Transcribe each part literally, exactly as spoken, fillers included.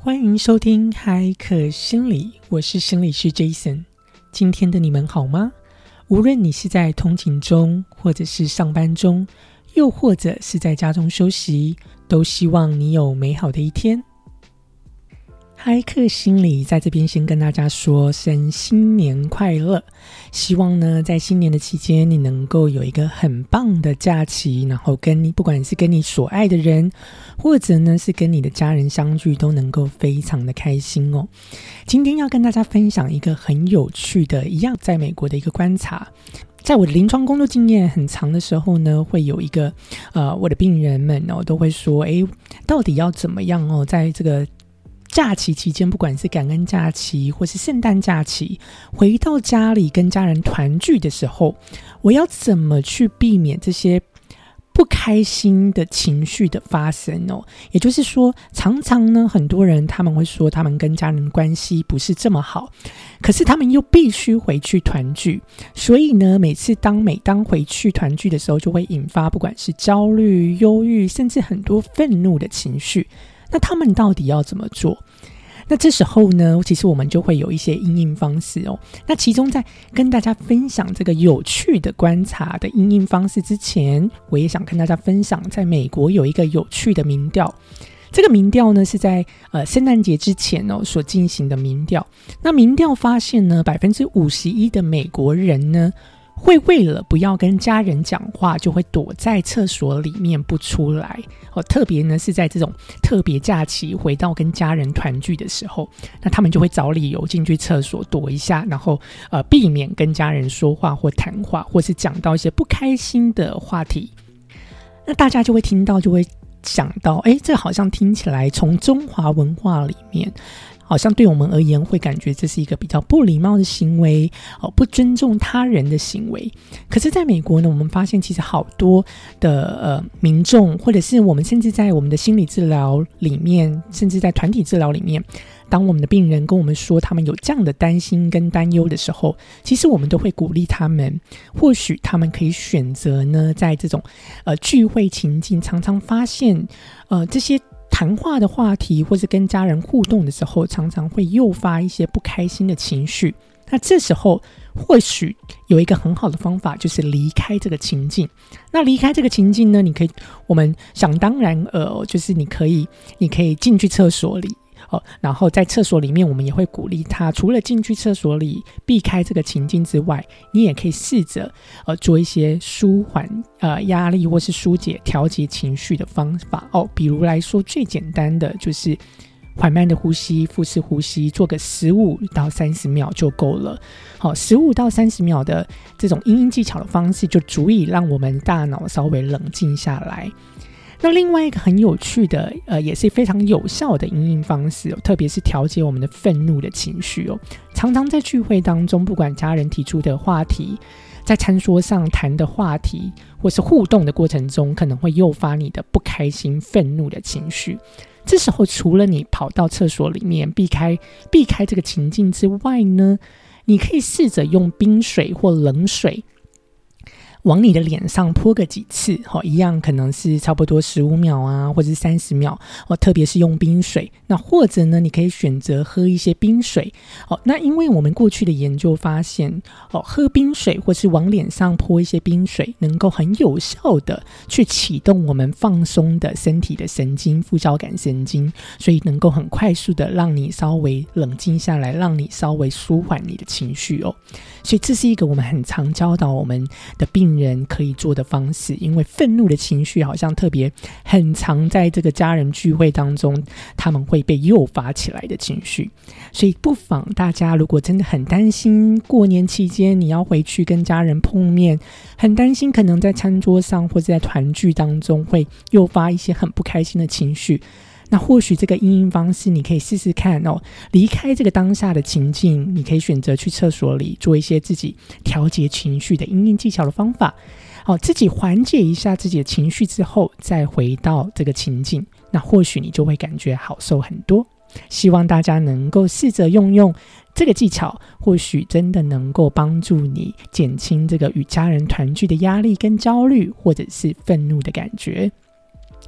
欢迎收听骇客心理，我是心理师 Jason。 今天的你们好吗？无论你是在通勤中，或者是上班中，又或者是在家中休息，都希望你有美好的一天。骇客心理在这边先跟大家说声新年快乐，希望呢在新年的期间你能够有一个很棒的假期，然后跟你不管是跟你所爱的人，或者呢是跟你的家人相聚，都能够非常的开心哦。今天要跟大家分享一个很有趣的，一样在美国的一个观察。在我的临床工作经验很长的时候呢，会有一个呃我的病人们哦都会说，诶，到底要怎么样哦，在这个假期期间，不管是感恩假期或是圣诞假期，回到家里跟家人团聚的时候，我要怎么去避免这些不开心的情绪的发生哦？也就是说，常常呢，很多人他们会说他们跟家人关系不是这么好，可是他们又必须回去团聚，所以呢，每次当每当回去团聚的时候，就会引发不管是焦虑、忧郁，甚至很多愤怒的情绪。那他们到底要怎么做？那这时候呢，其实我们就会有一些因应方式哦。那其中在跟大家分享这个有趣的观察的因应方式之前，我也想跟大家分享，在美国有一个有趣的民调。这个民调呢是在呃圣诞节之前哦所进行的民调。那民调发现呢，百分之五十一的美国人呢，会为了不要跟家人讲话，就会躲在厕所里面不出来哦。特别呢是在这种特别假期回到跟家人团聚的时候，那他们就会找理由进去厕所躲一下，然后呃避免跟家人说话或谈话，或是讲到一些不开心的话题。那大家就会听到，就会想到，诶，这好像听起来从中华文化里面，好像对我们而言会感觉这是一个比较不礼貌的行为、哦、不尊重他人的行为。可是在美国呢，我们发现其实好多的呃民众，或者是我们甚至在我们的心理治疗里面，甚至在团体治疗里面，当我们的病人跟我们说他们有这样的担心跟担忧的时候，其实我们都会鼓励他们，或许他们可以选择呢，在这种呃聚会情境，常常发现呃这些谈话的话题，或是跟家人互动的时候，常常会诱发一些不开心的情绪。那这时候或许有一个很好的方法，就是离开这个情境。那离开这个情境呢，你可以，我们想当然呃，就是你可以你可以进去厕所里哦，然后在厕所里面，我们也会鼓励他，除了进去厕所里避开这个情境之外，你也可以试着呃做一些舒缓呃压力或是疏解调节情绪的方法哦。比如来说，最简单的就是缓慢的呼吸，腹式呼吸，做个十五到三十秒就够了。好，十五到三十秒的这种因应技巧的方式，就足以让我们大脑稍微冷静下来。那另外一个很有趣的呃，也是非常有效的因应方式哦，特别是调节我们的愤怒的情绪哦。常常在聚会当中，不管家人提出的话题，在餐桌上谈的话题，或是互动的过程中，可能会诱发你的不开心愤怒的情绪。这时候除了你跑到厕所里面避开避开这个情境之外呢，你可以试着用冰水或冷水往你的脸上泼个几次、哦、一样可能是差不多十五秒啊，或者是三十秒、哦、特别是用冰水。那或者呢，你可以选择喝一些冰水、哦、那因为我们过去的研究发现、哦、喝冰水或是往脸上泼一些冰水，能够很有效的去启动我们放松的身体的神经，副交感神经，所以能够很快速的让你稍微冷静下来，让你稍微舒缓你的情绪哦。所以这是一个我们很常教导我们的病人可以做的方式，因为愤怒的情绪好像特别很常在这个家人聚会当中，他们会被诱发起来的情绪。所以不妨大家如果真的很担心过年期间你要回去跟家人碰面，很担心可能在餐桌上或者在团聚当中会诱发一些很不开心的情绪，那或许这个因应方式你可以试试看哦，离开这个当下的情境，你可以选择去厕所里做一些自己调节情绪的因应技巧的方法，哦，自己缓解一下自己的情绪之后，再回到这个情境，那或许你就会感觉好受很多。希望大家能够试着用用这个技巧，或许真的能够帮助你减轻这个与家人团聚的压力跟焦虑，或者是愤怒的感觉。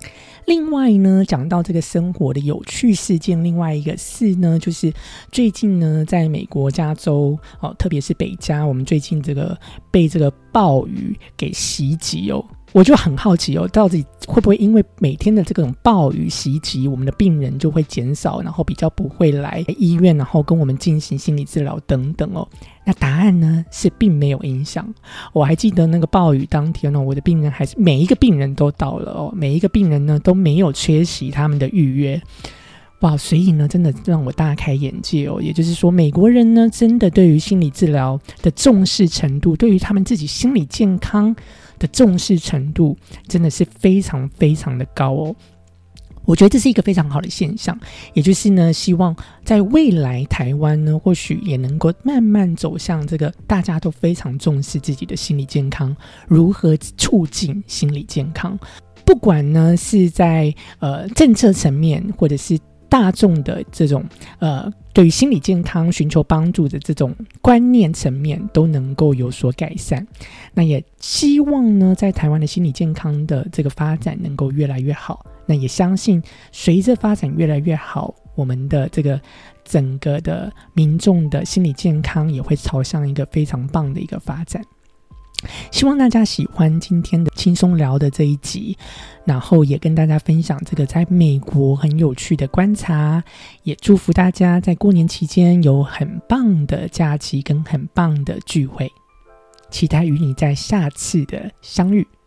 另外呢，讲到这个生活的有趣事件，另外一个是呢，就是最近呢，在美国加州哦，特别是北加，我们最近这个被这个暴雨给袭击哦。我就很好奇哦，到底会不会因为每天的这种暴雨袭击，我们的病人就会减少，然后比较不会来医院，然后跟我们进行心理治疗等等哦。那答案呢是并没有影响。我还记得那个暴雨当天哦，我的病人还是每一个病人都到了哦，每一个病人呢都没有缺席他们的预约。哇，所以呢，真的让我大开眼界哦。也就是说，美国人呢，真的对于心理治疗的重视程度，对于他们自己心理健康的重视程度，真的是非常非常的高哦。我觉得这是一个非常好的现象，也就是呢，希望在未来台湾呢，或许也能够慢慢走向这个大家都非常重视自己的心理健康，如何促进心理健康，不管呢是在呃政策层面，或者是大众的这种呃对于心理健康寻求帮助的这种观念层面都能够有所改善。那也希望呢，在台湾的心理健康的这个发展能够越来越好。那也相信随着发展越来越好，我们的这个整个的民众的心理健康也会朝向一个非常棒的一个发展。希望大家喜欢今天的轻松聊的这一集，然后也跟大家分享这个在美国很有趣的观察，也祝福大家在过年期间有很棒的假期跟很棒的聚会，期待与你在下次的相遇。